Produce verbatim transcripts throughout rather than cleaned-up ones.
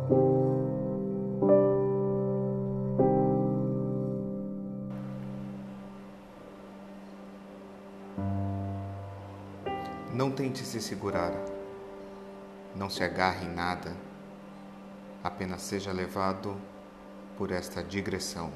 Não tente se segurar, não se agarre em nada, apenas seja levado por esta digressão.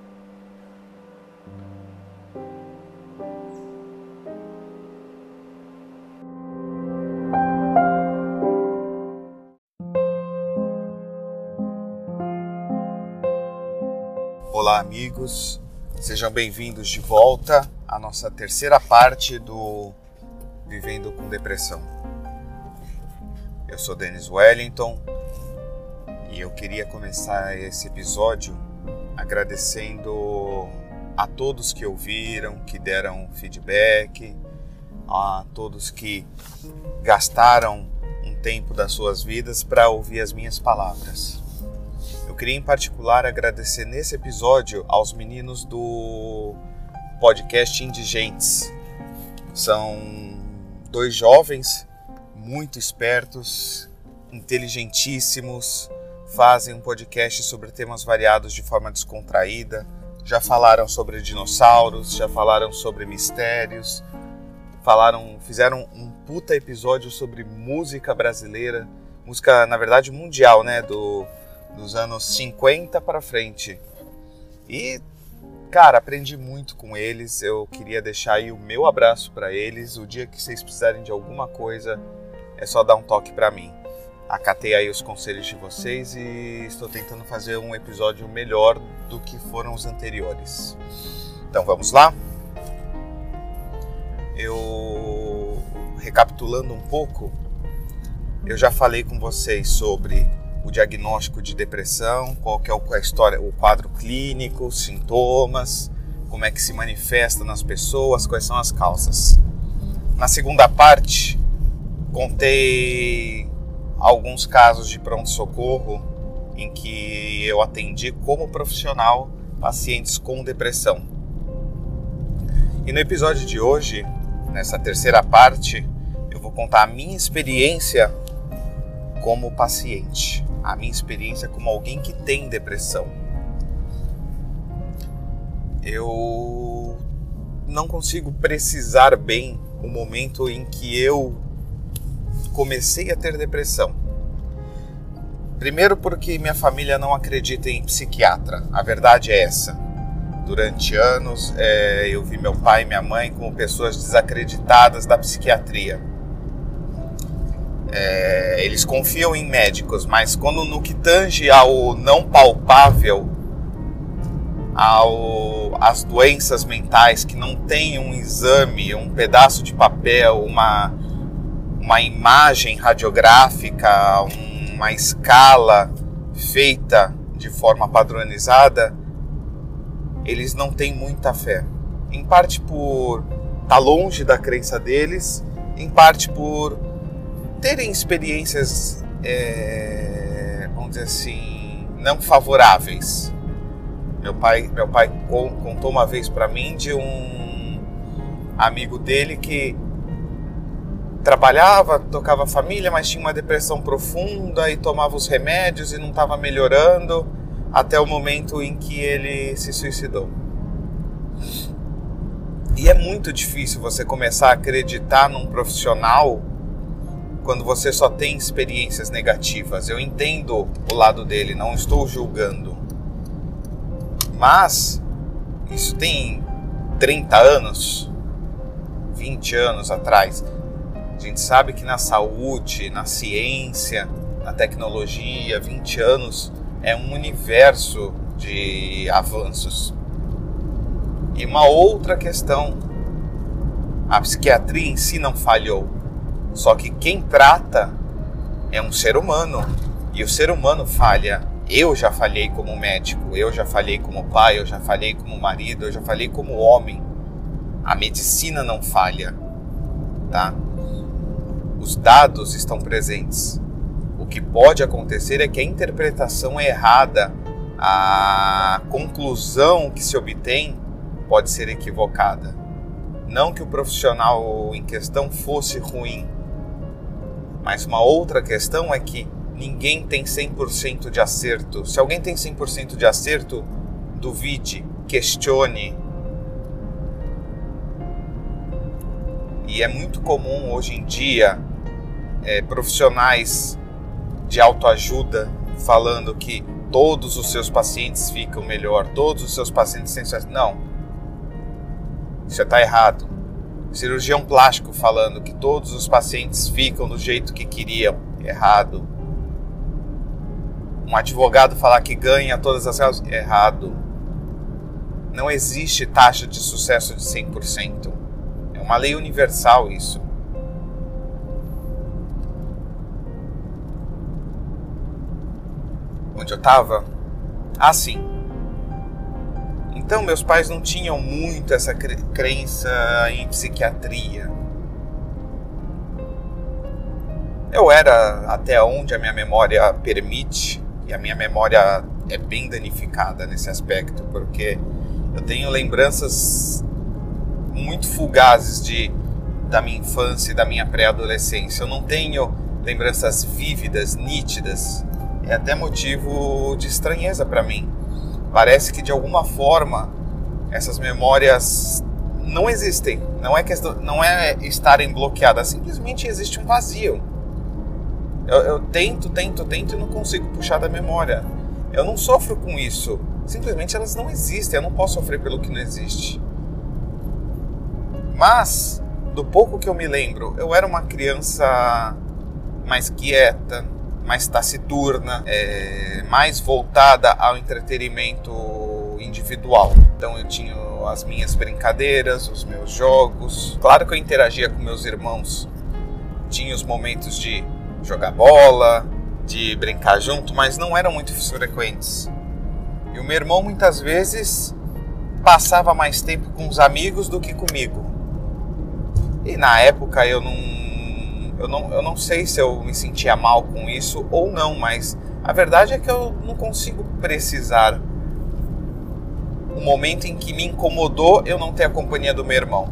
Olá, amigos, sejam bem-vindos de volta à nossa terceira parte do Vivendo com Depressão. Eu sou Denis Wellington e eu queria começar esse episódio agradecendo a todos que ouviram, que deram feedback, a todos que gastaram um tempo das suas vidas para ouvir as minhas palavras. Eu queria em particular agradecer nesse episódio aos meninos do podcast Indigentes. São dois jovens muito espertos, inteligentíssimos, fazem um podcast sobre temas variados de forma descontraída. Já falaram sobre dinossauros, já falaram sobre mistérios, falaram, fizeram um puta episódio sobre música brasileira, música, na verdade, mundial, né, do, dos anos cinquenta para frente. E cara, aprendi muito com eles, eu queria deixar aí o meu abraço para eles. O dia que vocês precisarem de alguma coisa, é só dar um toque para mim. Acatei aí os conselhos de vocês e estou tentando fazer um episódio melhor do que foram os anteriores. Então vamos lá? Eu, recapitulando um pouco, eu já falei com vocês sobre o diagnóstico de depressão, qual que é a história, o quadro clínico, os sintomas, como é que se manifesta nas pessoas, quais são as causas. Na segunda parte, contei alguns casos de pronto-socorro em que eu atendi como profissional pacientes com depressão. E no episódio de hoje, nessa terceira parte, eu vou contar a minha experiência como paciente, a minha experiência como alguém que tem depressão. Eu não consigo precisar bem o momento em que eu comecei a ter depressão. Primeiro porque minha família não acredita em psiquiatra, a verdade é essa. Durante anos é, eu vi meu pai e minha mãe como pessoas desacreditadas da psiquiatria. É, eles confiam em médicos, mas quando no que tange ao não palpável, ao, às doenças mentais que não tem um exame, um pedaço de papel, uma, uma imagem radiográfica, uma escala feita de forma padronizada, eles não têm muita fé. Em parte por estar longe da crença deles, em parte por terem experiências, é, vamos dizer assim, não favoráveis. Meu pai, meu pai contou uma vez para mim de um amigo dele que trabalhava, tocava família, mas tinha uma depressão profunda e tomava os remédios e não estava melhorando até o momento em que ele se suicidou. E é muito difícil você começar a acreditar num profissional quando você só tem experiências negativas. Eu entendo o lado dele, não estou julgando. Mas isso tem trinta anos, vinte anos atrás. A gente sabe que na saúde, na ciência, na tecnologia, vinte anos é um universo de avanços. E uma outra questão, a psiquiatria em si não falhou. Só que quem trata é um ser humano, e o ser humano falha. Eu já falhei como médico, eu já falhei como pai, eu já falhei como marido, eu já falhei como homem. A medicina não falha, tá? Os dados estão presentes. O que pode acontecer é que a interpretação é errada, a conclusão que se obtém pode ser equivocada. Não que o profissional em questão fosse ruim, mas uma outra questão é que ninguém tem cem por cento de acerto. Se alguém tem cem por cento de acerto, duvide, questione. E é muito comum hoje em dia é, profissionais de autoajuda falando que todos os seus pacientes ficam melhor, todos os seus pacientes têm sucesso. Não, isso está errado. Cirurgião plástico falando que todos os pacientes ficam do jeito que queriam, errado. Um advogado falar que ganha todas as causas, errado. Não existe taxa de sucesso de cem por cento. É uma lei universal isso. Onde eu estava? Ah, sim. Então, meus pais não tinham muito essa cre- crença em psiquiatria. Eu era até onde a minha memória permite, e a minha memória é bem danificada nesse aspecto, porque eu tenho lembranças muito fugazes de, da minha infância e da minha pré-adolescência. Eu não tenho lembranças vívidas, nítidas. É até motivo de estranheza para mim. Parece que de alguma forma essas memórias não existem. Não é, questão, não é estarem bloqueadas, simplesmente existe um vazio. Eu, eu tento, tento, tento e não consigo puxar da memória. Eu não sofro com isso. Simplesmente elas não existem. Eu não posso sofrer pelo que não existe. Mas, do pouco que eu me lembro, eu era uma criança mais quieta, mais taciturna, é, mais voltada ao entretenimento individual. Então eu tinha as minhas brincadeiras, os meus jogos. Claro que eu interagia com meus irmãos. Tinha os momentos de jogar bola, de brincar junto, mas não eram muito frequentes. E o meu irmão muitas vezes passava mais tempo com os amigos do que comigo. E na época eu não, eu não, eu não sei se eu me sentia mal com isso ou não, mas a verdade é que eu não consigo precisar o momento em que me incomodou eu não ter a companhia do meu irmão.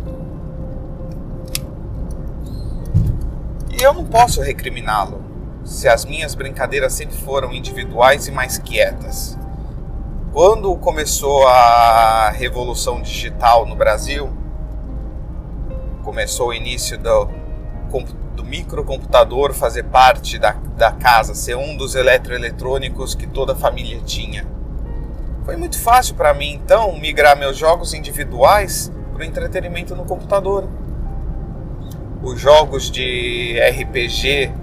E eu não posso recriminá-lo se as minhas brincadeiras sempre foram individuais e mais quietas. Quando começou a revolução digital no Brasil, começou o início do, do microcomputador fazer parte da, da casa, ser um dos eletroeletrônicos que toda a família tinha. Foi muito fácil para mim, então, migrar meus jogos individuais para o entretenimento no computador. Os jogos de R P G,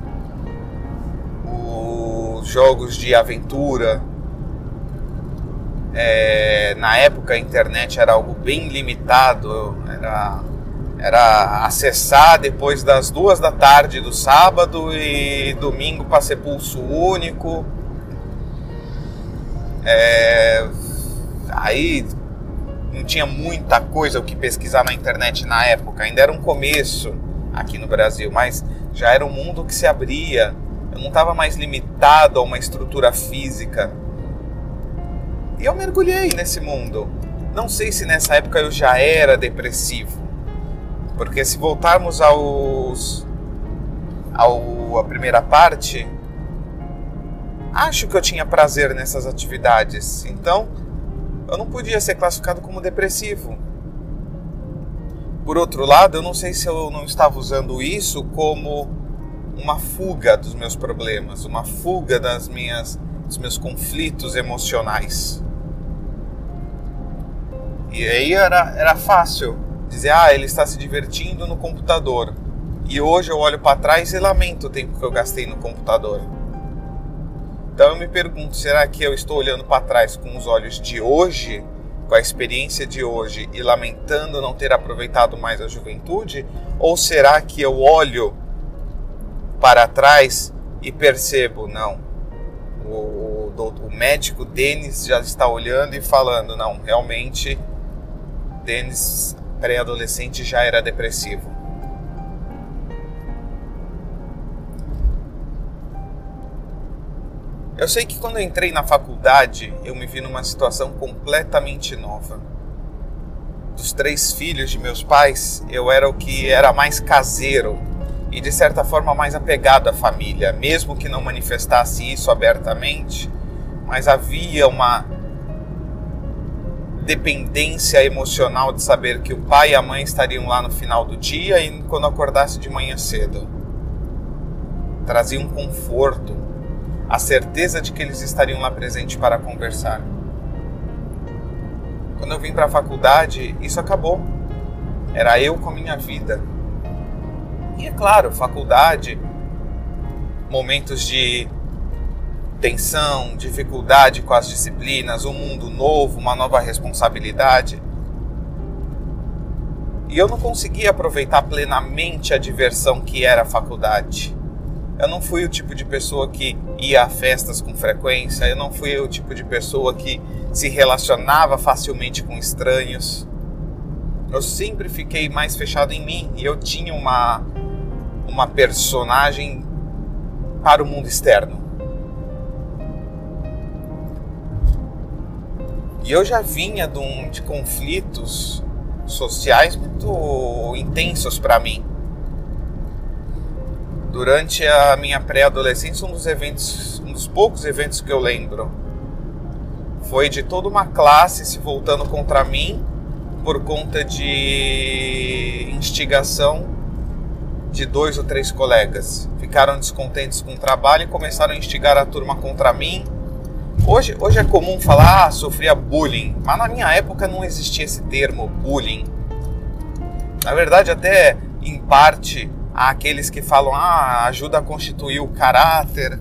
os jogos de aventura. É, na época a internet era algo bem limitado, era, era acessar depois das duas da tarde do sábado e domingo para ser pulso único. É, aí não tinha muita coisa o que pesquisar na internet na época, ainda era um começo aqui no Brasil, mas já era um mundo que se abria, eu não estava mais limitado a uma estrutura física. E eu mergulhei nesse mundo. Não sei se nessa época eu já era depressivo, porque se voltarmos aos, ao, a primeira parte, acho que eu tinha prazer nessas atividades, então eu não podia ser classificado como depressivo. Por outro lado, eu não sei se eu não estava usando isso como uma fuga dos meus problemas, uma fuga das minhas, dos meus conflitos emocionais. E aí era, era fácil dizer, ah, ele está se divertindo no computador. E hoje eu olho para trás e lamento o tempo que eu gastei no computador. Então eu me pergunto, será que eu estou olhando para trás com os olhos de hoje, com a experiência de hoje e lamentando não ter aproveitado mais a juventude? Ou será que eu olho para trás e percebo, não, o, o, o médico Denis já está olhando e falando, não, realmente Denis pré-adolescente já era depressivo. Eu sei que quando eu entrei na faculdade, eu me vi numa situação completamente nova. Dos três filhos de meus pais, eu era o que era mais caseiro. e de certa forma mais apegado à família, mesmo que não manifestasse isso abertamente, mas havia uma dependência emocional de saber que o pai e a mãe estariam lá no final do dia e quando acordasse de manhã cedo. Trazia um conforto, a certeza de que eles estariam lá presentes para conversar. Quando eu vim para a faculdade, isso acabou. Era eu com a minha vida. E é claro, faculdade, momentos de tensão, dificuldade com as disciplinas, um mundo novo, uma nova responsabilidade. E eu não conseguia aproveitar plenamente a diversão que era a faculdade. Eu não fui o tipo de pessoa que ia a festas com frequência, eu não fui o tipo de pessoa que se relacionava facilmente com estranhos. Eu sempre fiquei mais fechado em mim e eu tinha uma, uma personagem para o mundo externo. E eu já vinha de, um, de conflitos sociais muito intensos para mim. Durante a minha pré-adolescência, um dos eventos, um dos poucos eventos que eu lembro, foi de toda uma classe se voltando contra mim por conta de instigação de dois ou três colegas. Ficaram descontentes com o trabalho e começaram a instigar a turma contra mim. Hoje, hoje é comum falar, ah, sofria bullying, mas na minha época não existia esse termo, bullying. Na verdade, até em parte, há aqueles que falam, ah, ajuda a constituir o caráter.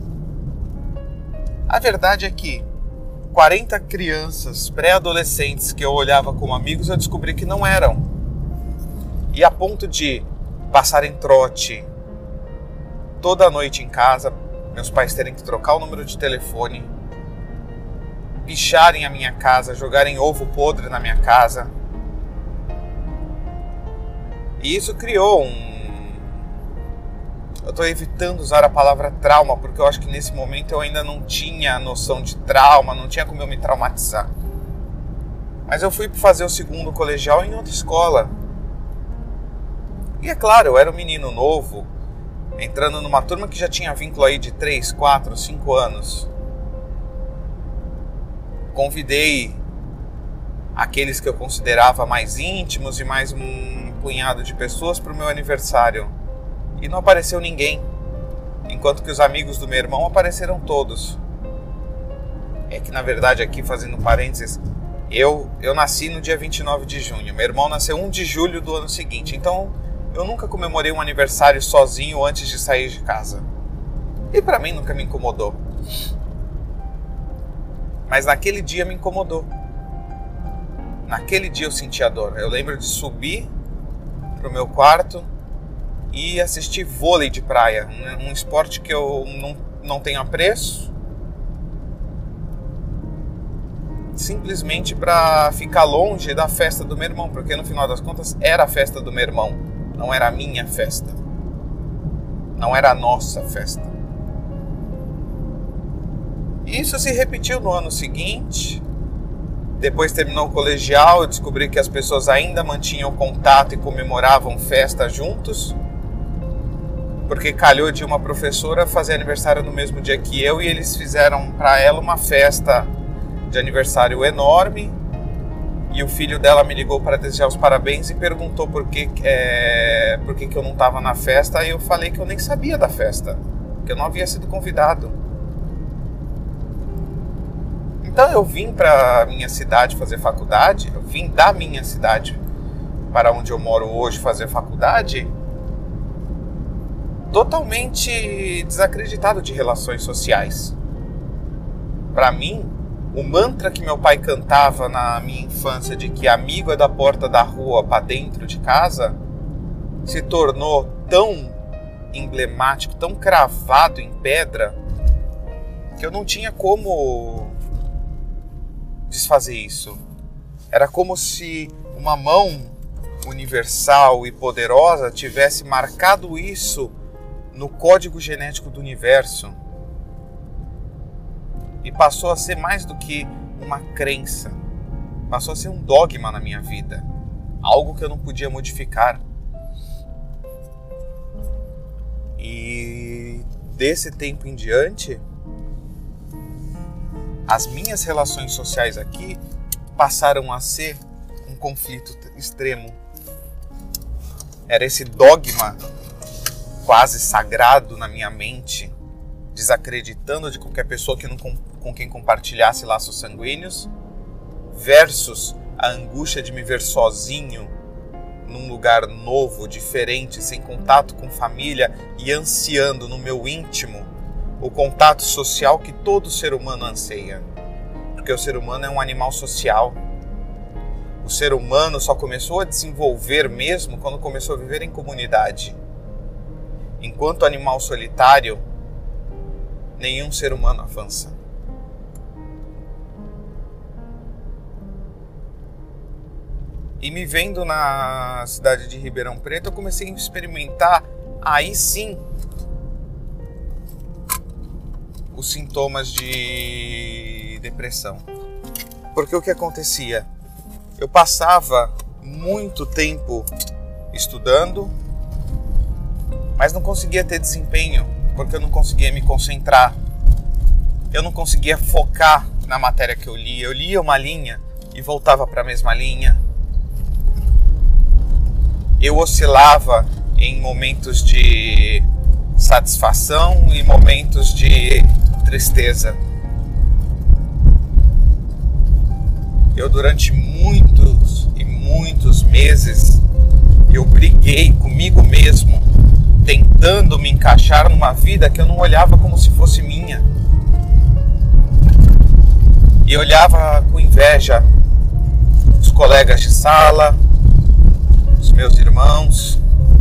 A verdade é que quarenta crianças pré-adolescentes que eu olhava como amigos, eu descobri que não eram. E a ponto de passarem trote toda noite em casa, meus pais terem que trocar o número de telefone, picharem a minha casa, jogarem ovo podre na minha casa. E isso criou um... Eu estou evitando usar a palavra trauma, porque eu acho que nesse momento eu ainda não tinha noção de trauma, não tinha como eu me traumatizar. Mas eu fui fazer o segundo colegial em outra escola. E é claro, eu era um menino novo, entrando numa turma que já tinha vínculo aí de três, quatro, cinco anos. Convidei aqueles que eu considerava mais íntimos e mais um punhado de pessoas para o meu aniversário. E não apareceu ninguém, enquanto que os amigos do meu irmão apareceram todos. É que na verdade aqui, fazendo parênteses, eu, eu nasci no dia vinte e nove de junho, meu irmão nasceu primeiro de julho do ano seguinte, então eu nunca comemorei um aniversário sozinho antes de sair de casa. E para mim nunca me incomodou. Mas naquele dia me incomodou. Naquele dia eu senti a dor. Eu lembro de subir pro meu quarto e assistir vôlei de praia, um esporte que eu não, não tenho apreço, simplesmente para ficar longe da festa do meu irmão, porque no final das contas era a festa do meu irmão, não era a minha festa, não era a nossa festa. Isso se repetiu no ano seguinte. Depois terminou o colegial, eu descobri que as pessoas ainda mantinham contato e comemoravam festa juntos, porque calhou de uma professora fazer aniversário no mesmo dia que eu e eles fizeram para ela uma festa de aniversário enorme. E o filho dela me ligou para desejar os parabéns e perguntou por que, é, por que, que eu não estava na festa. E eu falei que eu nem sabia da festa, que eu não havia sido convidado. Então eu vim para a minha cidade fazer faculdade, eu vim da minha cidade para onde eu moro hoje fazer faculdade, totalmente desacreditado de relações sociais. Para mim, o mantra que meu pai cantava na minha infância de que amigo é da porta da rua para dentro de casa se tornou tão emblemático, tão cravado em pedra, que eu não tinha como desfazer isso. Era como se uma mão universal e poderosa tivesse marcado isso no código genético do universo e passou a ser mais do que uma crença, passou a ser um dogma na minha vida, algo que eu não podia modificar. E desse tempo em diante, as minhas relações sociais aqui passaram a ser um conflito extremo. Era esse dogma quase sagrado na minha mente, desacreditando de qualquer pessoa que não, com quem compartilhasse laços sanguíneos, versus a angústia de me ver sozinho num lugar novo, diferente, sem contato com família e ansiando no meu íntimo o contato social que todo ser humano anseia. Porque o ser humano é um animal social. O ser humano só começou a desenvolver mesmo quando começou a viver em comunidade. Enquanto animal solitário, nenhum ser humano avança. E me vendo na cidade de Ribeirão Preto, eu comecei a experimentar, aí sim, os sintomas de depressão. Porque o que acontecia? Eu passava muito tempo estudando, mas não conseguia ter desempenho, porque eu não conseguia me concentrar. Eu não conseguia focar na matéria que eu lia. Eu lia uma linha e voltava para a mesma linha. Eu oscilava em momentos de satisfação e momentos de tristeza. Eu, durante muitos e muitos meses, eu briguei comigo mesmo, tentando me encaixar numa vida que eu não olhava como se fosse minha. E olhava com inveja os colegas de sala, os meus irmãos.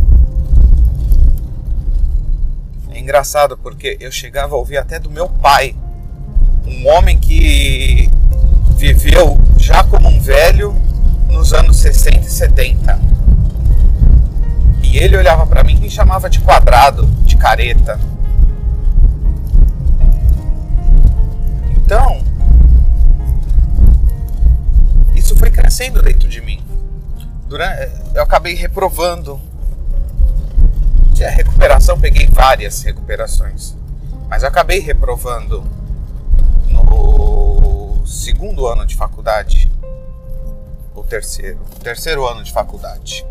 É engraçado porque eu chegava a ouvir até do meu pai, um homem que viveu já como um velho nos anos sessenta e setenta. E ele olhava para mim e me chamava de quadrado, de careta. Então, isso foi crescendo dentro de mim. Durante, eu acabei reprovando. Tinha recuperação, peguei várias recuperações, mas eu acabei reprovando no segundo ano de faculdade, ou terceiro, terceiro ano de faculdade.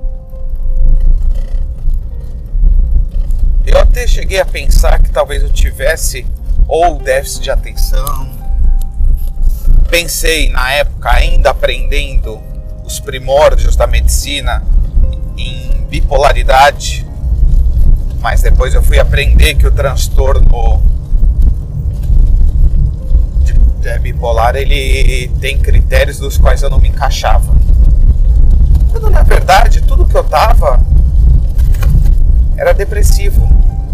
Eu até cheguei a pensar que talvez eu tivesse ou déficit de atenção. Pensei na época, ainda aprendendo os primórdios da medicina, em bipolaridade, mas depois eu fui aprender que o transtorno de, de bipolar, ele tem critérios dos quais eu não me encaixava. Quando na verdade tudo que eu tava era depressivo.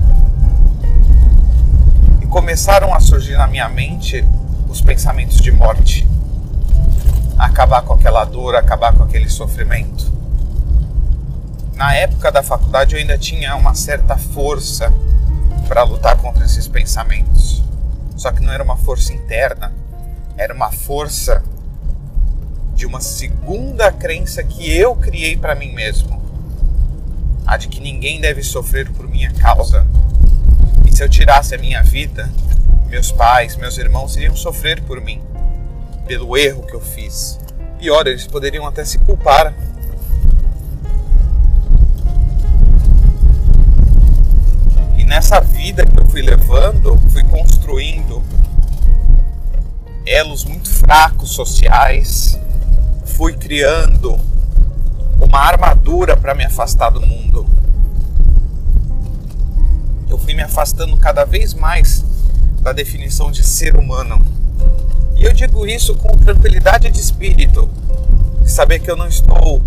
E começaram a surgir na minha mente os pensamentos de morte. Acabar com aquela dor, acabar com aquele sofrimento. Na época da faculdade eu ainda tinha uma certa força para lutar contra esses pensamentos. Só que não era uma força interna, era uma força de uma segunda crença que eu criei para mim mesmo. A de que ninguém deve sofrer por minha causa. E se eu tirasse a minha vida, meus pais, meus irmãos iriam sofrer por mim, pelo erro que eu fiz. Pior, eles poderiam até se culpar. E nessa vida que eu fui levando, fui construindo elos muito fracos sociais, fui criando uma armadura para me afastar do mundo. Eu fui me afastando cada vez mais da definição de ser humano. E eu digo isso com tranquilidade de espírito, de saber que eu não estou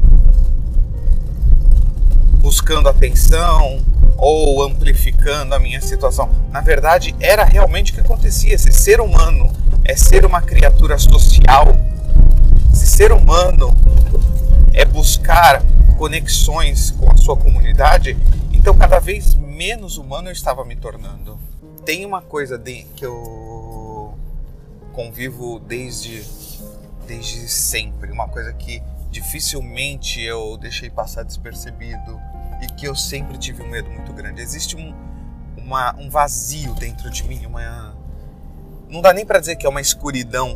buscando atenção ou amplificando a minha situação. Na verdade, era realmente o que acontecia. Esse ser humano é ser uma criatura social. Esse ser humano é buscar conexões com a sua comunidade. Então, cada vez menos humano eu estava me tornando. Tem uma coisa de, que eu convivo desde, desde sempre, uma coisa que dificilmente eu deixei passar despercebido, e que eu sempre tive um medo muito grande. Existe um, uma, um vazio dentro de mim, uma... não dá nem para dizer que é uma escuridão.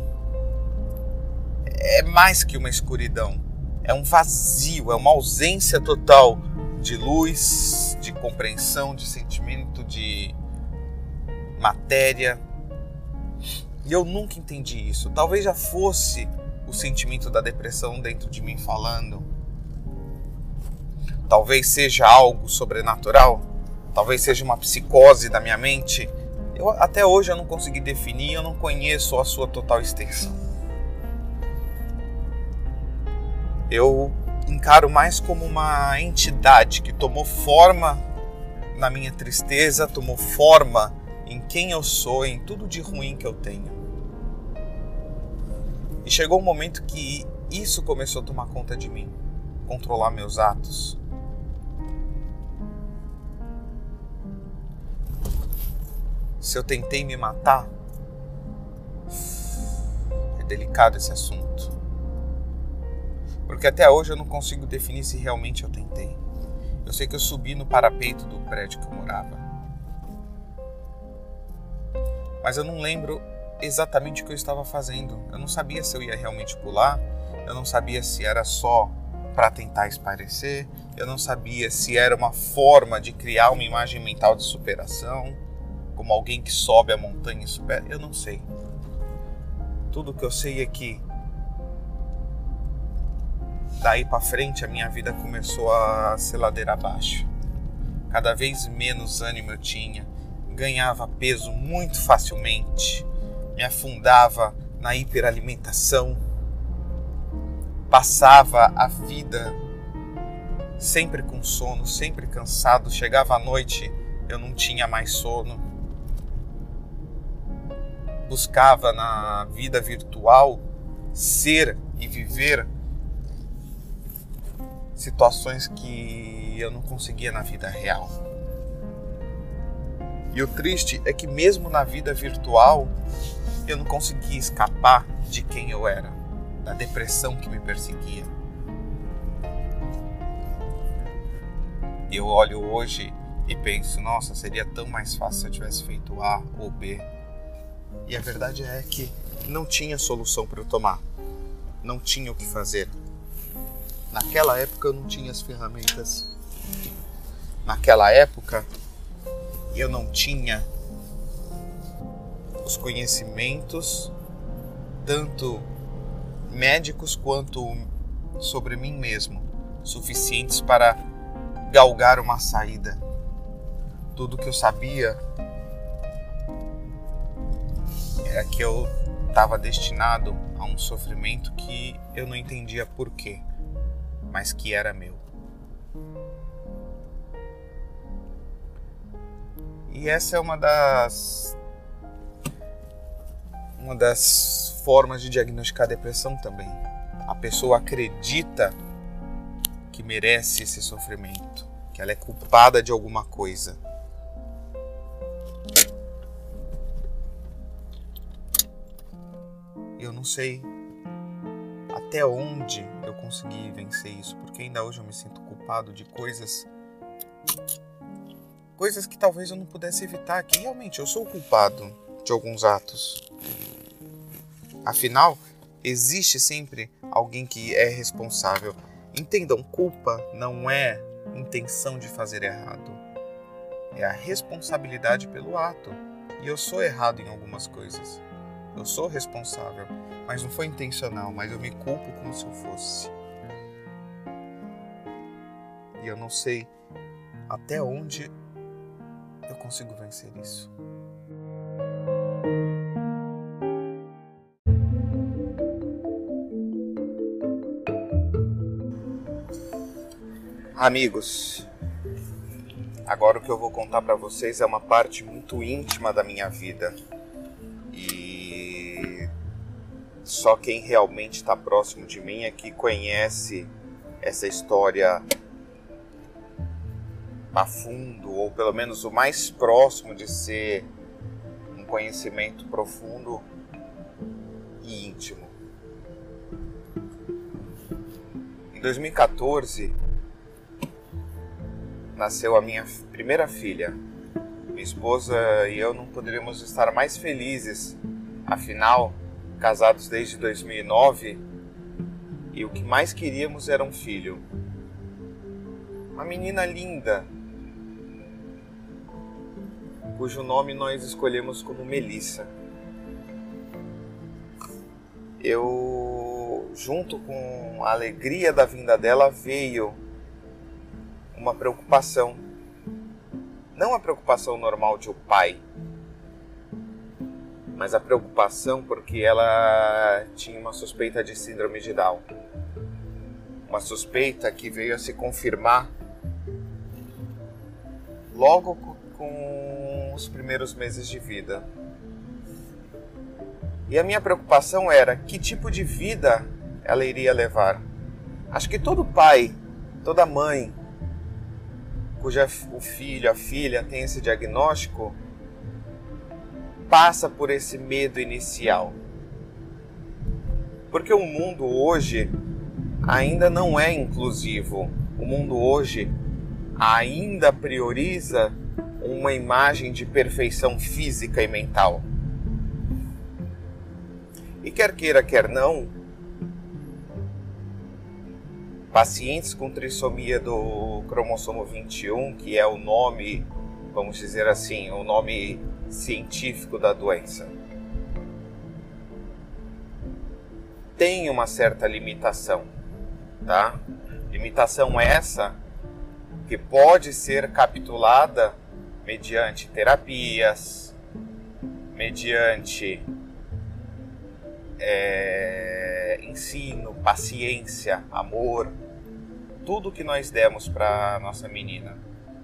É mais que uma escuridão. É um vazio, é uma ausência total de luz, de compreensão, de sentimento, de matéria. E eu nunca entendi isso. Talvez já fosse o sentimento da depressão dentro de mim falando. Talvez seja algo sobrenatural. Talvez seja uma psicose da minha mente. Eu, até hoje eu não consegui definir, eu não conheço a sua total extensão. Eu encaro mais como uma entidade que tomou forma na minha tristeza, tomou forma em quem eu sou, em tudo de ruim que eu tenho. E chegou um momento que isso começou a tomar conta de mim, controlar meus atos. Se eu tentei me matar, é delicado esse assunto. Porque até hoje eu não consigo definir se realmente eu tentei. Eu sei que eu subi no parapeito do prédio que eu morava. Mas eu não lembro exatamente o que eu estava fazendo. Eu não sabia se eu ia realmente pular. Eu não sabia se era só para tentar espairecer. Eu não sabia se era uma forma de criar uma imagem mental de superação. Como alguém que sobe a montanha e supera. Eu não sei. Tudo que eu sei é que daí para frente a minha vida começou a ser ladeira abaixo. Cada vez menos ânimo eu tinha. Ganhava peso muito facilmente. Me afundava na hiperalimentação. Passava a vida sempre com sono, sempre cansado. Chegava à noite, eu não tinha mais sono. Buscava na vida virtual ser e viver situações que eu não conseguia na vida real. E o triste é que mesmo na vida virtual eu não conseguia escapar de quem eu era, da depressão que me perseguia. Eu olho hoje e penso, nossa, seria tão mais fácil se eu tivesse feito A ou B. E a verdade é que não tinha solução para eu tomar. Não tinha o que fazer. Naquela época eu não tinha as ferramentas. Naquela época eu não tinha os conhecimentos, tanto médicos quanto sobre mim mesmo, suficientes para galgar uma saída. Tudo que eu sabia era que eu estava destinado a um sofrimento que eu não entendia por quê, mas que era meu. E essa é uma das uma das formas de diagnosticar a depressão também. A pessoa acredita que merece esse sofrimento, que ela é culpada de alguma coisa. Eu não sei até onde eu consegui vencer isso, porque ainda hoje eu me sinto culpado de coisas coisas que talvez eu não pudesse evitar, que realmente eu sou o culpado de alguns atos. Afinal, existe sempre alguém que é responsável. Entendam, culpa não é intenção de fazer errado. É a responsabilidade pelo ato. E eu sou errado em algumas coisas. Eu sou responsável, mas não foi intencional, mas eu me culpo como se eu fosse. E eu não sei até onde eu consigo vencer isso. Amigos, agora o que eu vou contar para vocês é uma parte muito íntima da minha vida. E só quem realmente está próximo de mim é que conhece essa história a fundo, ou pelo menos o mais próximo de ser um conhecimento profundo e íntimo. Em dois mil e quatorze, nasceu a minha primeira filha. Minha esposa e eu não poderíamos estar mais felizes, afinal, casados desde dois mil e nove, e o que mais queríamos era um filho. Uma menina linda, cujo nome nós escolhemos como Melissa. Eu, junto com a alegria da vinda dela, veio uma preocupação. Não a preocupação normal de um pai, mas a preocupação porque ela tinha uma suspeita de síndrome de Down. Uma suspeita que veio a se confirmar logo com os primeiros meses de vida. E a minha preocupação era que tipo de vida ela iria levar. Acho que todo pai, toda mãe, cuja o filho, a filha tem esse diagnóstico, passa por esse medo inicial. Porque o mundo hoje ainda não é inclusivo. O mundo hoje ainda prioriza uma imagem de perfeição física e mental. E quer queira, quer não, pacientes com trissomia do cromossomo vinte e um, que é o nome, vamos dizer assim, o nome científico da doença, tem uma certa limitação, tá? Limitação essa que pode ser capitulada mediante terapias, mediante é, ensino, paciência, amor, tudo que nós demos para nossa menina.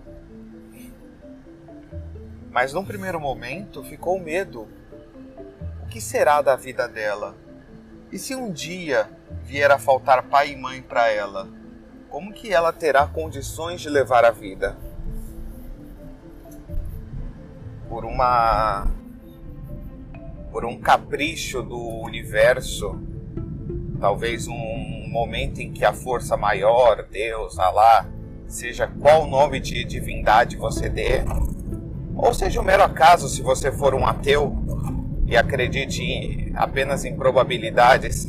Mas num primeiro momento ficou medo. O que será da vida dela? E se um dia vier a faltar pai e mãe para ela, como que ela terá condições de levar a vida? Por uma por um capricho do universo, talvez um momento em que a força maior, Deus, Alá, seja qual nome de divindade você dê, ou seja um mero acaso se você for um ateu e acredite em, apenas em probabilidades.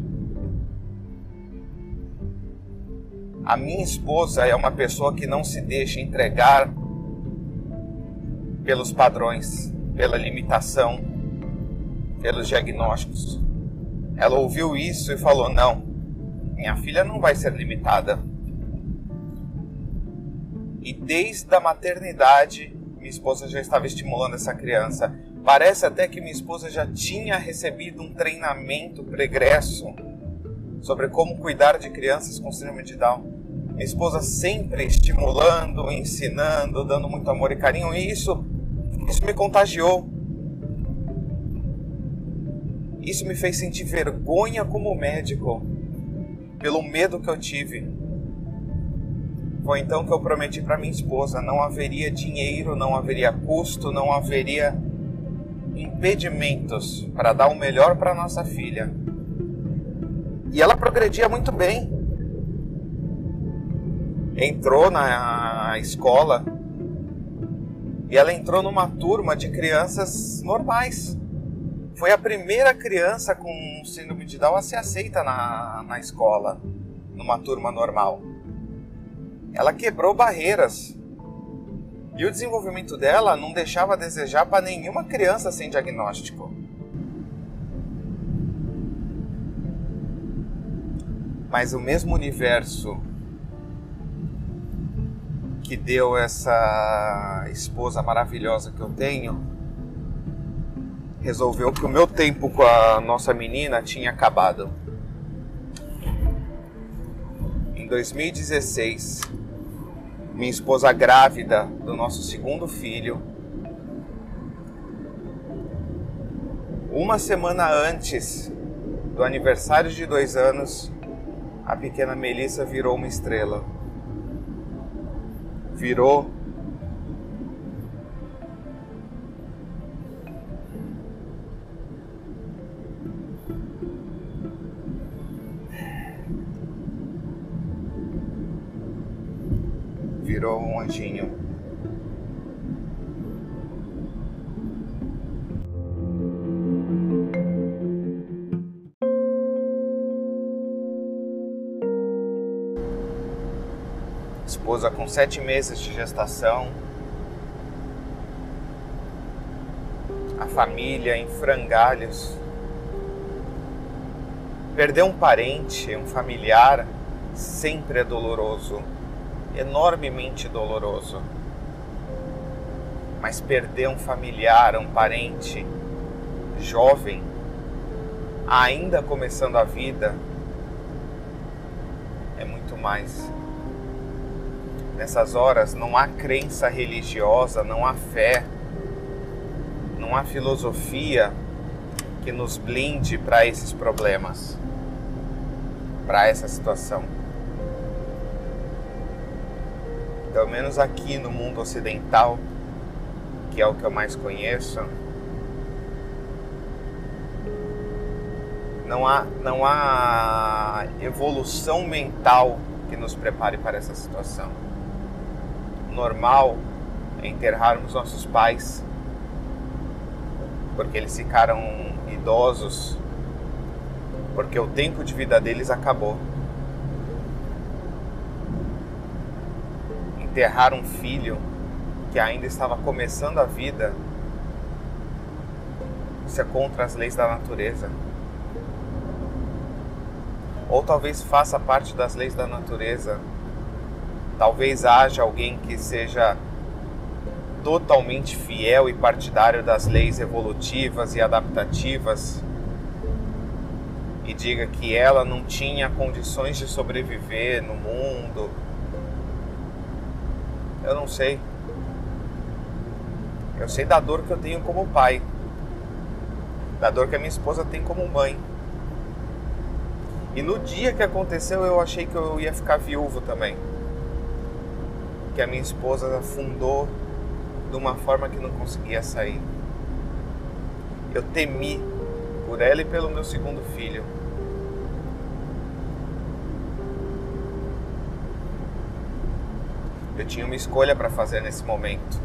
A minha esposa é uma pessoa que não se deixa entregar pelos padrões, pela limitação, pelos diagnósticos. Ela ouviu isso e falou: não, minha filha não vai ser limitada. E desde a maternidade, minha esposa já estava estimulando essa criança. Parece até que minha esposa já tinha recebido um treinamento pregresso sobre como cuidar de crianças com síndrome de Down. Minha esposa sempre estimulando, ensinando, dando muito amor e carinho. E isso, isso me contagiou. Isso me fez sentir vergonha como médico, pelo medo que eu tive. Foi então que eu prometi para minha esposa: não haveria dinheiro, não haveria custo, não haveria impedimentos para dar o melhor para nossa filha. E ela progredia muito bem. Entrou na escola e ela entrou numa turma de crianças normais. Foi a primeira criança com síndrome de Down a ser aceita na, na escola, numa turma normal. Ela quebrou barreiras. E o desenvolvimento dela não deixava a desejar para nenhuma criança sem diagnóstico. Mas o mesmo universo que deu essa esposa maravilhosa que eu tenho, resolveu que o meu tempo com a nossa menina tinha acabado. Em dois mil e dezesseis, minha esposa grávida do nosso segundo filho, uma semana antes do aniversário de dois anos, a pequena Melissa virou uma estrela. Virou virou um anjinho. Esposa com sete meses de gestação, a família em frangalhos. Perder um parente, um familiar, sempre é doloroso, enormemente doloroso. Mas perder um familiar, um parente jovem, ainda começando a vida, é muito mais. Nessas horas não há crença religiosa, não há fé, não há filosofia que nos blinde para esses problemas, para essa situação. Pelo menos aqui no mundo ocidental, que é o que eu mais conheço, não há, não há evolução mental que nos prepare para essa situação. Normal é enterrarmos nossos pais porque eles ficaram idosos, porque o tempo de vida deles acabou. Enterrar um filho que ainda estava começando a vida, isso é contra as leis da natureza. Ou talvez faça parte das leis da natureza. Talvez haja alguém que seja totalmente fiel e partidário das leis evolutivas e adaptativas e diga que ela não tinha condições de sobreviver no mundo. Eu não sei. Eu sei da dor que eu tenho como pai, da dor que a minha esposa tem como mãe. E no dia que aconteceu eu achei que eu ia ficar viúvo também, que a minha esposa afundou de uma forma que não conseguia sair. Eu temi por ela e pelo meu segundo filho. Eu tinha uma escolha para fazer nesse momento.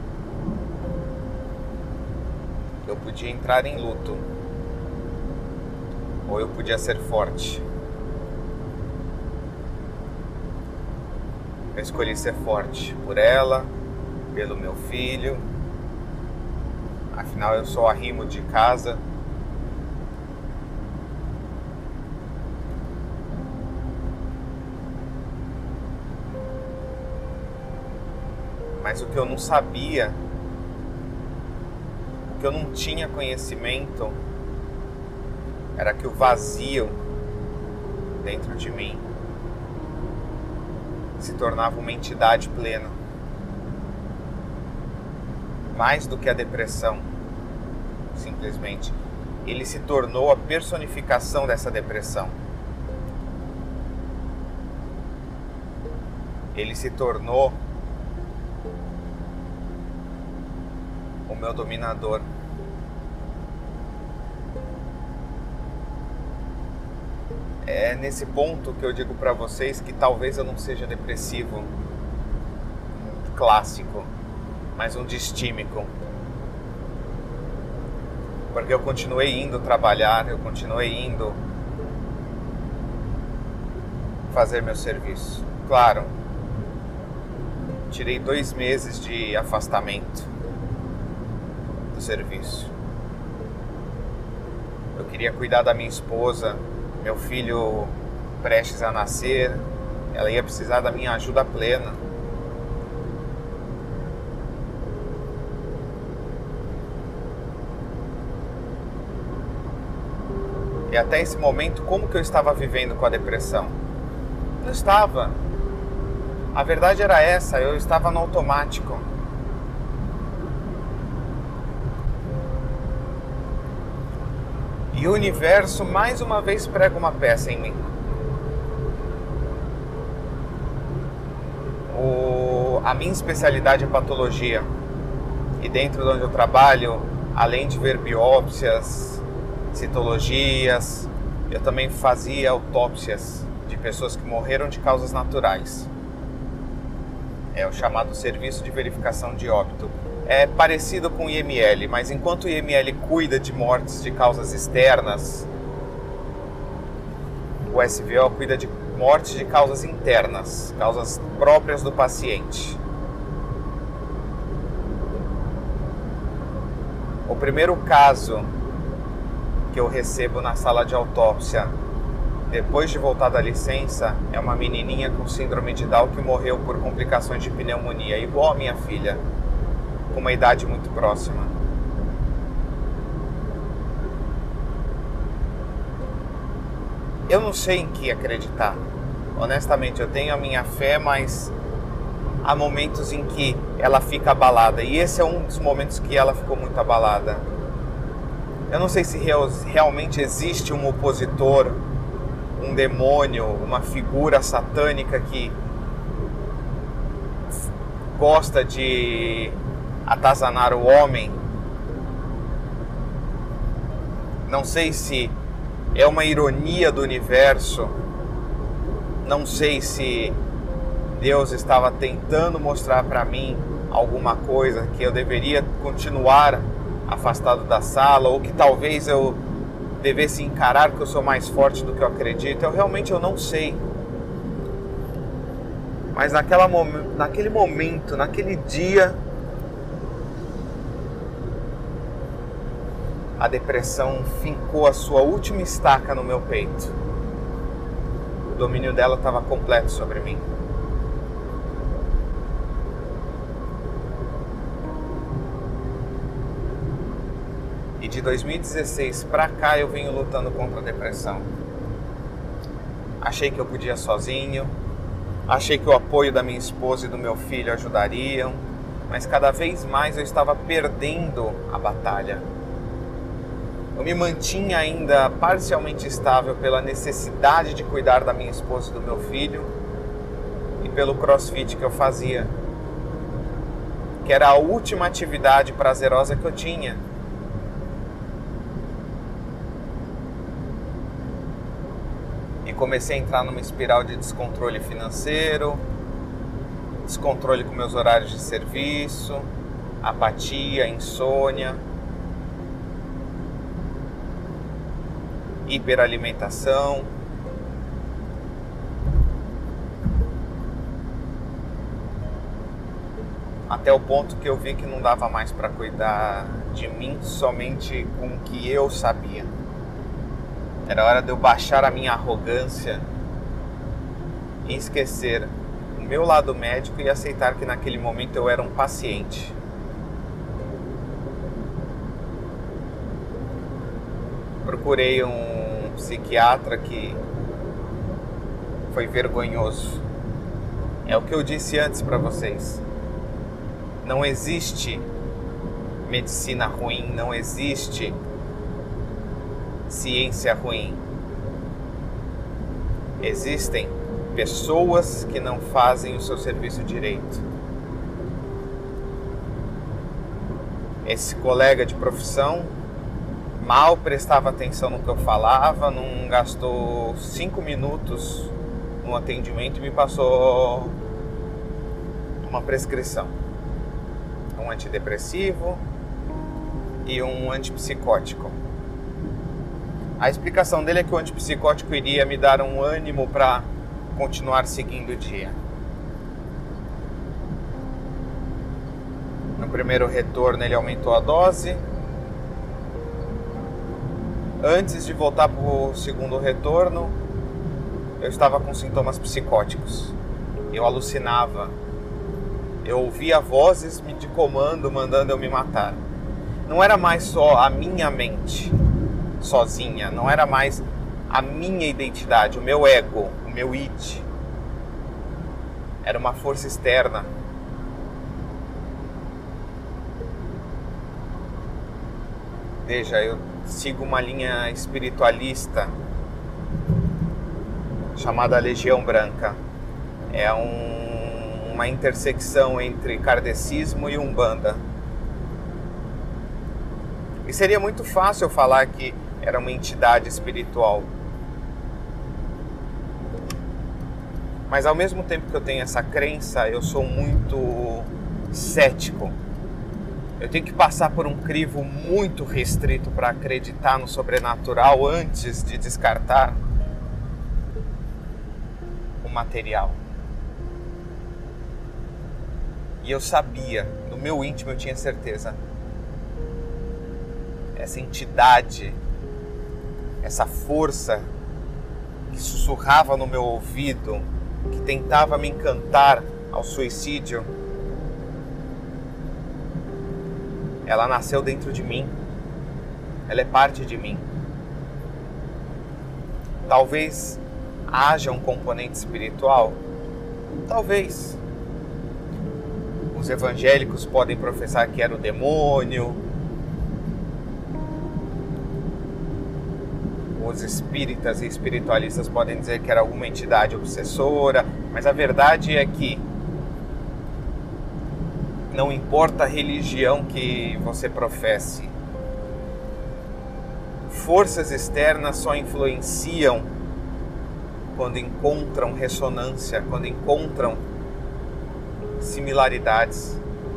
Eu podia entrar em luto, ou eu podia ser forte. Eu escolhi ser forte por ela, pelo meu filho. Afinal, eu sou arrimo de casa. Mas o que eu não sabia, o que eu não tinha conhecimento, era que o vazio dentro de mim se tornava uma entidade plena. Mais do que a depressão, simplesmente. Ele se tornou a personificação dessa depressão. Ele se tornou o meu dominador. É nesse ponto que eu digo para vocês que talvez eu não seja depressivo clássico, mas um distímico. Porque eu continuei indo trabalhar, eu continuei indo fazer meu serviço. Claro, tirei dois meses de afastamento do serviço. Eu queria cuidar da minha esposa, meu filho prestes a nascer, ela ia precisar da minha ajuda plena. E até esse momento, como que eu estava vivendo com a depressão? Não estava. A verdade era essa, eu estava no automático. E o universo mais uma vez prega uma peça em mim. O, a minha especialidade é patologia. E dentro de onde eu trabalho, além de ver biópsias, citologias, eu também fazia autópsias de pessoas que morreram de causas naturais. É o chamado Serviço de Verificação de Óbito. É parecido com o I M L, mas enquanto o I M L cuida de mortes de causas externas, o S V O cuida de mortes de causas internas, causas próprias do paciente. O primeiro caso que eu recebo na sala de autópsia, depois de voltar da licença, é uma menininha com síndrome de Down que morreu por complicações de pneumonia, igual a minha filha, com uma idade muito próxima. Eu não sei em que acreditar. Honestamente, eu tenho a minha fé, mas há momentos em que ela fica abalada. E esse é um dos momentos que ela ficou muito abalada. Eu não sei se real, realmente existe um opositor, um demônio, uma figura satânica que gosta de atazanar o homem. Não sei se é uma ironia do universo. Não sei se Deus estava tentando mostrar para mim alguma coisa, que eu deveria continuar afastado da sala, ou que talvez eu devesse encarar que eu sou mais forte do que eu acredito. Eu realmente eu não sei. Mas naquela, naquele momento, naquele dia, a depressão fincou a sua última estaca no meu peito. O domínio dela estava completo sobre mim. E de dois mil e dezesseis para cá eu venho lutando contra a depressão. Achei que eu podia sozinho, achei que o apoio da minha esposa e do meu filho ajudariam, mas cada vez mais eu estava perdendo a batalha. Eu me mantinha ainda parcialmente estável pela necessidade de cuidar da minha esposa e do meu filho e pelo crossfit que eu fazia, que era a última atividade prazerosa que eu tinha. E comecei a entrar numa espiral de descontrole financeiro, descontrole com meus horários de serviço, apatia, insônia, hiperalimentação. Até o ponto que eu vi que não dava mais para cuidar de mim somente com o que eu sabia. Era hora de eu baixar a minha arrogância e esquecer o meu lado médico e aceitar que naquele momento eu era um paciente. Procurei um psiquiatra que foi vergonhoso. É o que eu disse antes para vocês. Não existe medicina ruim, não existe ciência ruim. Existem pessoas que não fazem o seu serviço direito. Esse colega de profissão mal prestava atenção no que eu falava, não gastou cinco minutos no atendimento e me passou uma prescrição. Um antidepressivo e um antipsicótico. A explicação dele é que o antipsicótico iria me dar um ânimo para continuar seguindo o dia. No primeiro retorno ele aumentou a dose. Antes de voltar para o segundo retorno, eu estava com sintomas psicóticos. Eu alucinava. Eu ouvia vozes de comando mandando eu me matar. Não era mais só a minha mente sozinha, não era mais a minha identidade, o meu ego, o meu id. Era uma força externa. Veja, eu sigo uma linha espiritualista chamada Legião Branca. É um, uma intersecção entre kardecismo e umbanda. E seria muito fácil eu falar que era uma entidade espiritual. Mas ao mesmo tempo que eu tenho essa crença, eu sou muito cético. Eu tenho que passar por um crivo muito restrito para acreditar no sobrenatural antes de descartar o material. E eu sabia, no meu íntimo eu tinha certeza, essa entidade, essa força que sussurrava no meu ouvido, que tentava me encantar ao suicídio, ela nasceu dentro de mim, ela é parte de mim. Talvez haja um componente espiritual, talvez. Os evangélicos podem professar que era o demônio, os espíritas e espiritualistas podem dizer que era alguma entidade obsessora, mas a verdade é que não importa a religião que você professe, forças externas só influenciam quando encontram ressonância, quando encontram similaridades.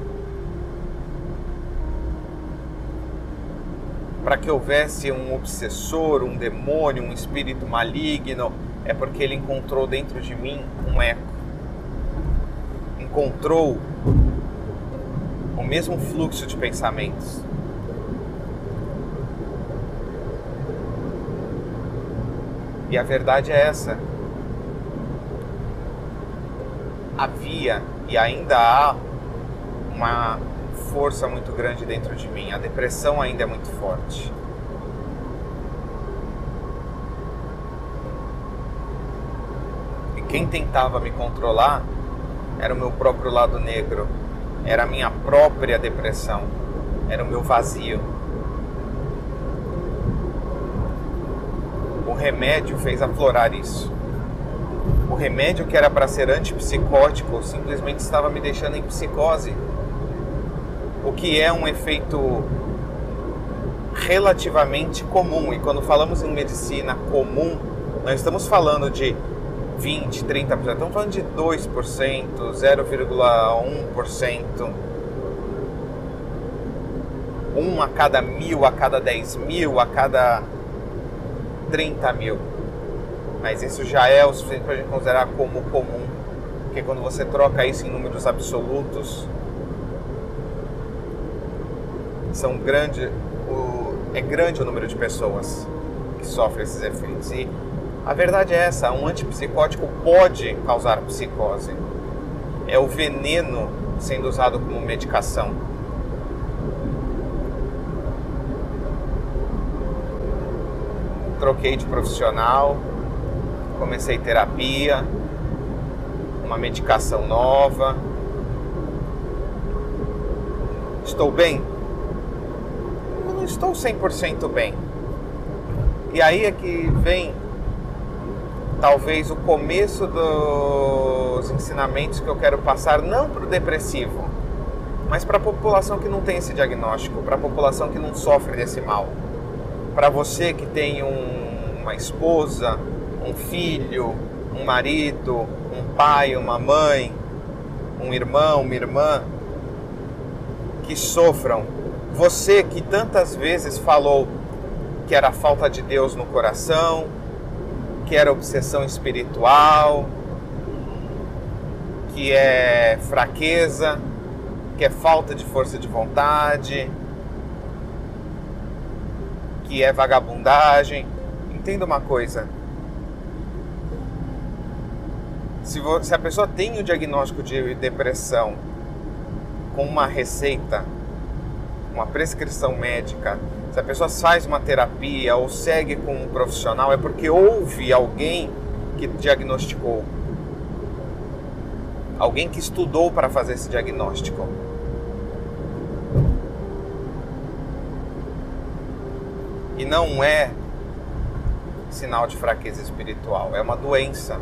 Para que houvesse um obsessor, um demônio, um espírito maligno, é porque ele encontrou dentro de mim um eco. Encontrou o mesmo fluxo de pensamentos. E a verdade é essa. Havia e ainda há uma força muito grande dentro de mim. A depressão ainda é muito forte. E quem tentava me controlar era o meu próprio lado negro. Era a minha própria depressão. Era o meu vazio. O remédio fez aflorar isso. O remédio que era para ser antipsicótico simplesmente estava me deixando em psicose. O que é um efeito relativamente comum. E quando falamos em medicina comum, nós estamos falando de vinte, trinta por cento. Estamos falando de dois por cento, zero vírgula um por cento. Um a cada mil, a cada dez mil, a cada trinta mil. Mas isso já é o suficiente para a gente considerar como comum. Porque quando você troca isso em números absolutos, são grande, o, é grande o número de pessoas que sofrem esses efeitos. E a verdade é essa, um antipsicótico pode causar psicose. É o veneno sendo usado como medicação. Troquei de profissional, comecei terapia, uma medicação nova. Estou bem? Eu não estou cem por cento bem. E aí é que vem talvez o começo dos ensinamentos que eu quero passar, não para o depressivo, mas para a população que não tem esse diagnóstico, para a população que não sofre desse mal. Para você que tem um, uma esposa, um filho, um marido, um pai, uma mãe, um irmão, uma irmã, que sofram. Você que tantas vezes falou que era falta de Deus no coração, que era obsessão espiritual, que é fraqueza, que é falta de força de vontade, que é vagabundagem. Entenda uma coisa. Se, você, se a pessoa tem o diagnóstico de depressão com uma receita, uma prescrição médica, se a pessoa faz uma terapia ou segue com um profissional, é porque houve alguém que diagnosticou. Alguém que estudou para fazer esse diagnóstico. E não é sinal de fraqueza espiritual, é uma doença.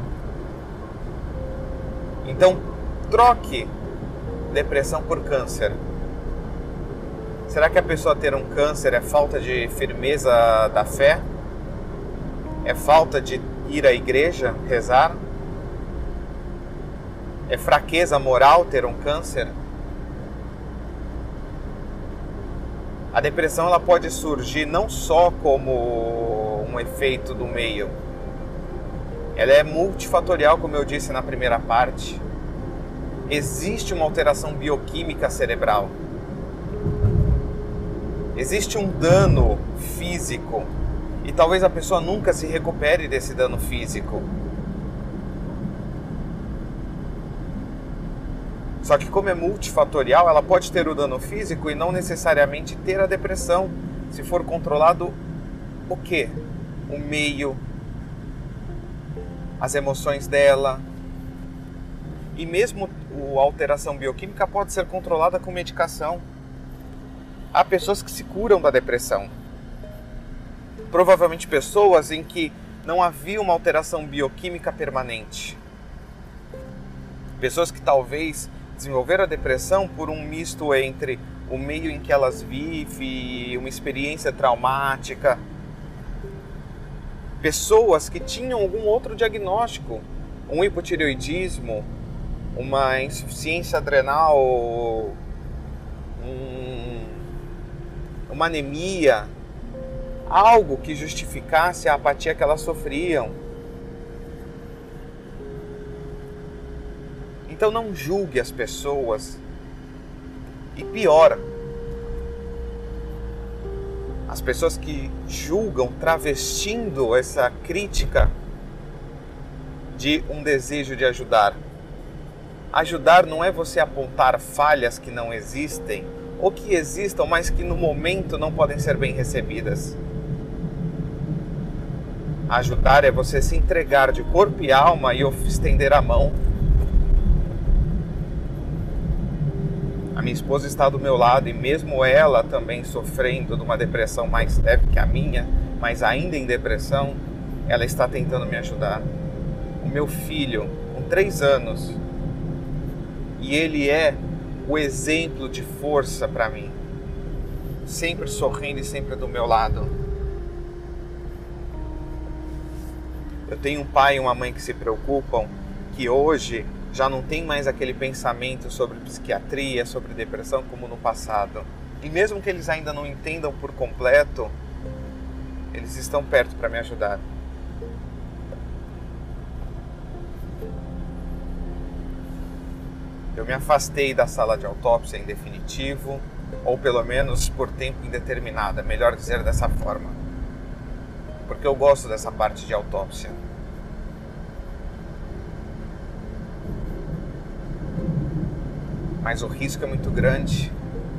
Então, troque depressão por câncer. Será que a pessoa ter um câncer é falta de firmeza da fé? É falta de ir à igreja, rezar? É fraqueza moral ter um câncer? A depressão ela pode surgir não só como um efeito do meio. Ela é multifatorial, como eu disse na primeira parte. Existe uma alteração bioquímica cerebral. Existe um dano físico. E talvez a pessoa nunca se recupere desse dano físico. Só que como é multifatorial, ela pode ter o dano físico e não necessariamente ter a depressão, se for controlado o quê? O meio, as emoções dela. E mesmo a alteração bioquímica pode ser controlada com medicação. Há pessoas que se curam da depressão. Provavelmente pessoas em que não havia uma alteração bioquímica permanente. Pessoas que talvez desenvolveram a depressão por um misto entre o meio em que elas vivem, uma experiência traumática. Pessoas que tinham algum outro diagnóstico, um hipotireoidismo, uma insuficiência adrenal, um, uma anemia, algo que justificasse a apatia que elas sofriam. Então não julgue as pessoas. E pior, as pessoas que julgam travestindo essa crítica de um desejo de ajudar. Ajudar não é você apontar falhas que não existem, ou que existam, mas que no momento não podem ser bem recebidas. Ajudar é você se entregar de corpo e alma e estender a mão. A minha esposa está do meu lado e mesmo ela também sofrendo de uma depressão mais leve que a minha, mas ainda em depressão, ela está tentando me ajudar. O meu filho, com três anos, e ele é o exemplo de força para mim, sempre sorrindo e sempre do meu lado. Eu tenho um pai e uma mãe que se preocupam, que hoje já não tem mais aquele pensamento sobre psiquiatria, sobre depressão como no passado. E mesmo que eles ainda não entendam por completo, eles estão perto para me ajudar. Eu me afastei da sala de autópsia em definitivo, ou pelo menos por tempo indeterminado, é melhor dizer dessa forma. Porque eu gosto dessa parte de autópsia. Mas o risco é muito grande.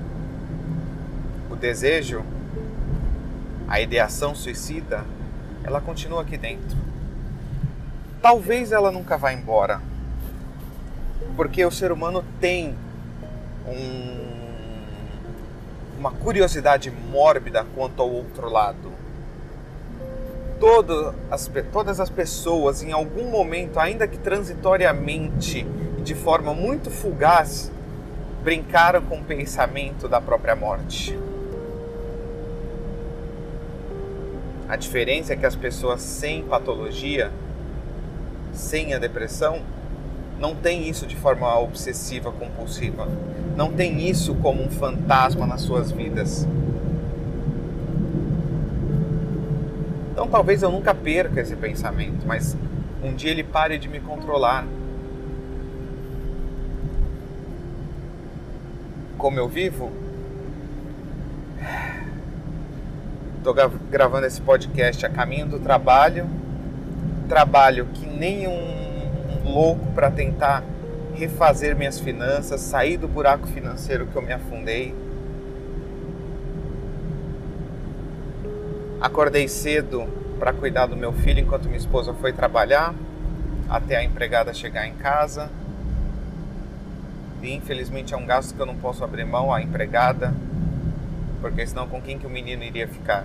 O desejo, a ideação suicida, ela continua aqui dentro. Talvez ela nunca vá embora. Porque o ser humano tem um, uma curiosidade mórbida quanto ao outro lado. Todo as, todas as pessoas, em algum momento, ainda que transitoriamente, de forma muito fugaz, brincaram com o pensamento da própria morte. A diferença é que as pessoas sem patologia, sem a depressão, não tem isso de forma obsessiva, compulsiva. Não tem isso como um fantasma nas suas vidas. Então talvez eu nunca perca esse pensamento, mas um dia ele pare de me controlar. Como eu vivo? Estou gravando esse podcast a caminho do trabalho. Trabalho que nem um louco para tentar refazer minhas finanças, sair do buraco financeiro que eu me afundei. Acordei cedo para cuidar do meu filho enquanto minha esposa foi trabalhar, até a empregada chegar em casa. E infelizmente é um gasto que eu não posso abrir mão, a empregada, porque senão com quem que o menino iria ficar?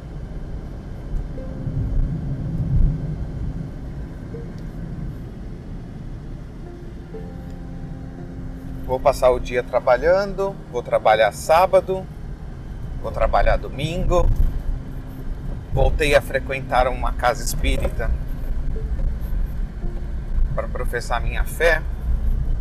Vou passar o dia trabalhando, vou trabalhar sábado, vou trabalhar domingo. Voltei a frequentar uma casa espírita para professar minha fé.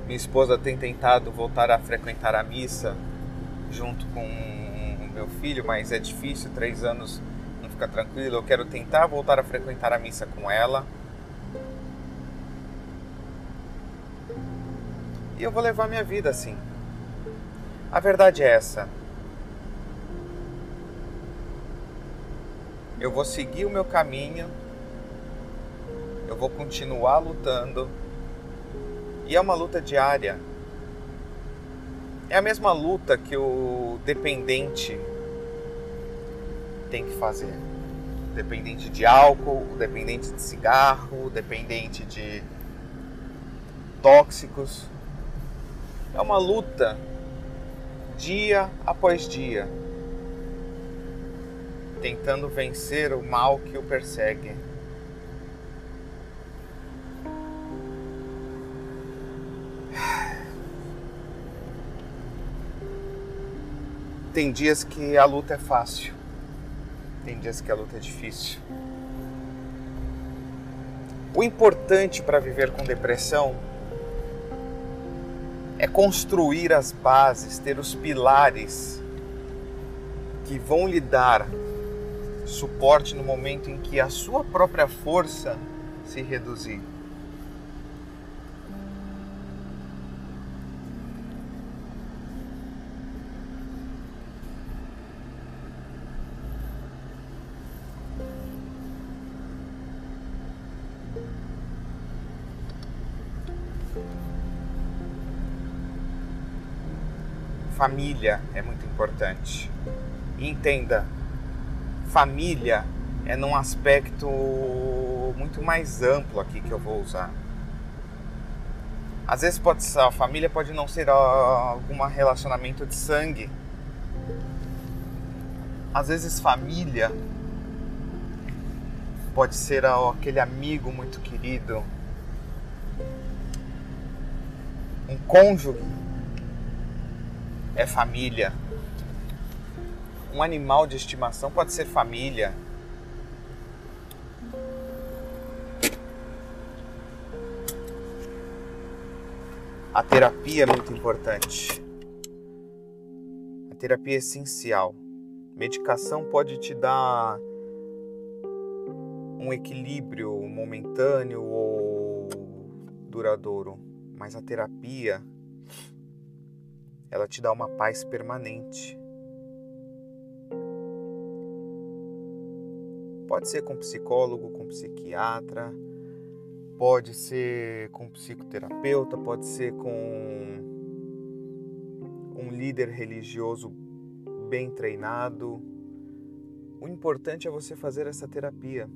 Minha esposa tem tentado voltar a frequentar a missa junto com o meu filho, mas é difícil, três anos não fica tranquilo. Eu quero tentar voltar a frequentar a missa com ela. E eu vou levar minha vida assim. A verdade é essa. Eu vou seguir o meu caminho. Eu vou continuar lutando. E é uma luta diária. É a mesma luta que o dependente tem que fazer. Dependente de álcool, dependente de cigarro, dependente de tóxicos. É uma luta dia após dia, tentando vencer o mal que o persegue. Tem dias que a luta é fácil, tem dias que a luta é difícil. O importante para viver com depressão é construir as bases, ter os pilares que vão lhe dar suporte no momento em que a sua própria força se reduzir. Família é muito importante. E entenda, família é num aspecto muito mais amplo aqui que eu vou usar. Às vezes pode ser, a família pode não ser algum relacionamento de sangue. Às vezes família pode ser aquele amigo muito querido, um cônjuge é família. Um animal de estimação pode ser família. A terapia é muito importante. A terapia é essencial. Medicação pode te dar um equilíbrio momentâneo ou duradouro, mas a terapia, ela te dá uma paz permanente. Pode ser com psicólogo, com psiquiatra, pode ser com psicoterapeuta, pode ser com um líder religioso bem treinado. O importante é você fazer essa terapia.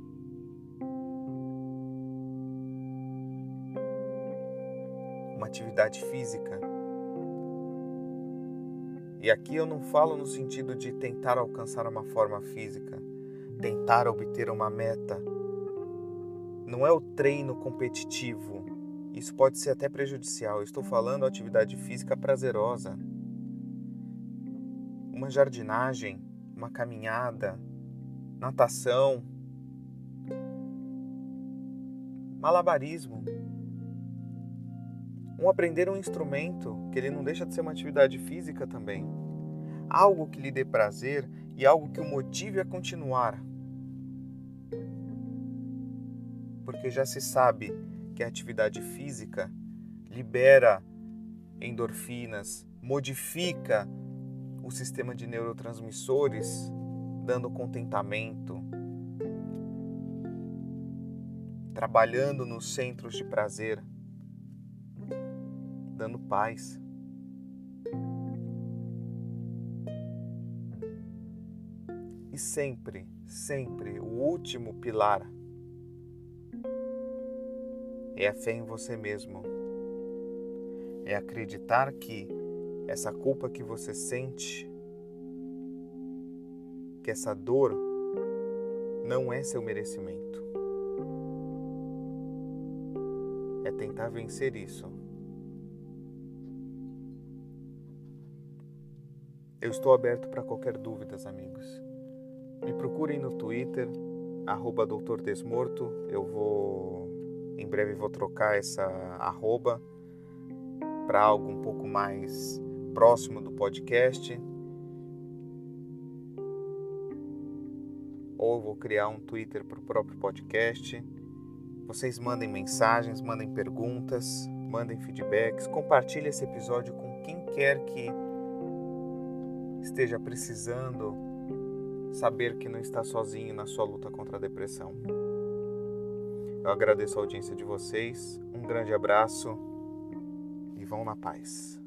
Uma atividade física. E aqui eu não falo no sentido de tentar alcançar uma forma física, tentar obter uma meta. Não é o treino competitivo. Isso pode ser até prejudicial. Eu estou falando atividade física prazerosa. Uma jardinagem, uma caminhada, natação, malabarismo. Um aprender um instrumento, que ele não deixa de ser uma atividade física também. Algo que lhe dê prazer e algo que o motive a continuar. Porque já se sabe que a atividade física libera endorfinas, modifica o sistema de neurotransmissores, dando contentamento, trabalhando nos centros de prazer, dando paz. E sempre, sempre, o último pilar é a fé em você mesmo. É acreditar que essa culpa que você sente, que essa dor não é seu merecimento. É tentar vencer isso. Eu estou aberto para qualquer dúvida, amigos. Me procurem no Twitter, arroba doutor Desmorto. Eu vou, em breve vou trocar essa arroba para algo um pouco mais próximo do podcast. Ou eu vou criar um Twitter para o próprio podcast. Vocês mandem mensagens, mandem perguntas, mandem feedbacks, compartilhem esse episódio com quem quer que esteja precisando saber que não está sozinho na sua luta contra a depressão. Eu agradeço a audiência de vocês, um grande abraço e vão na paz.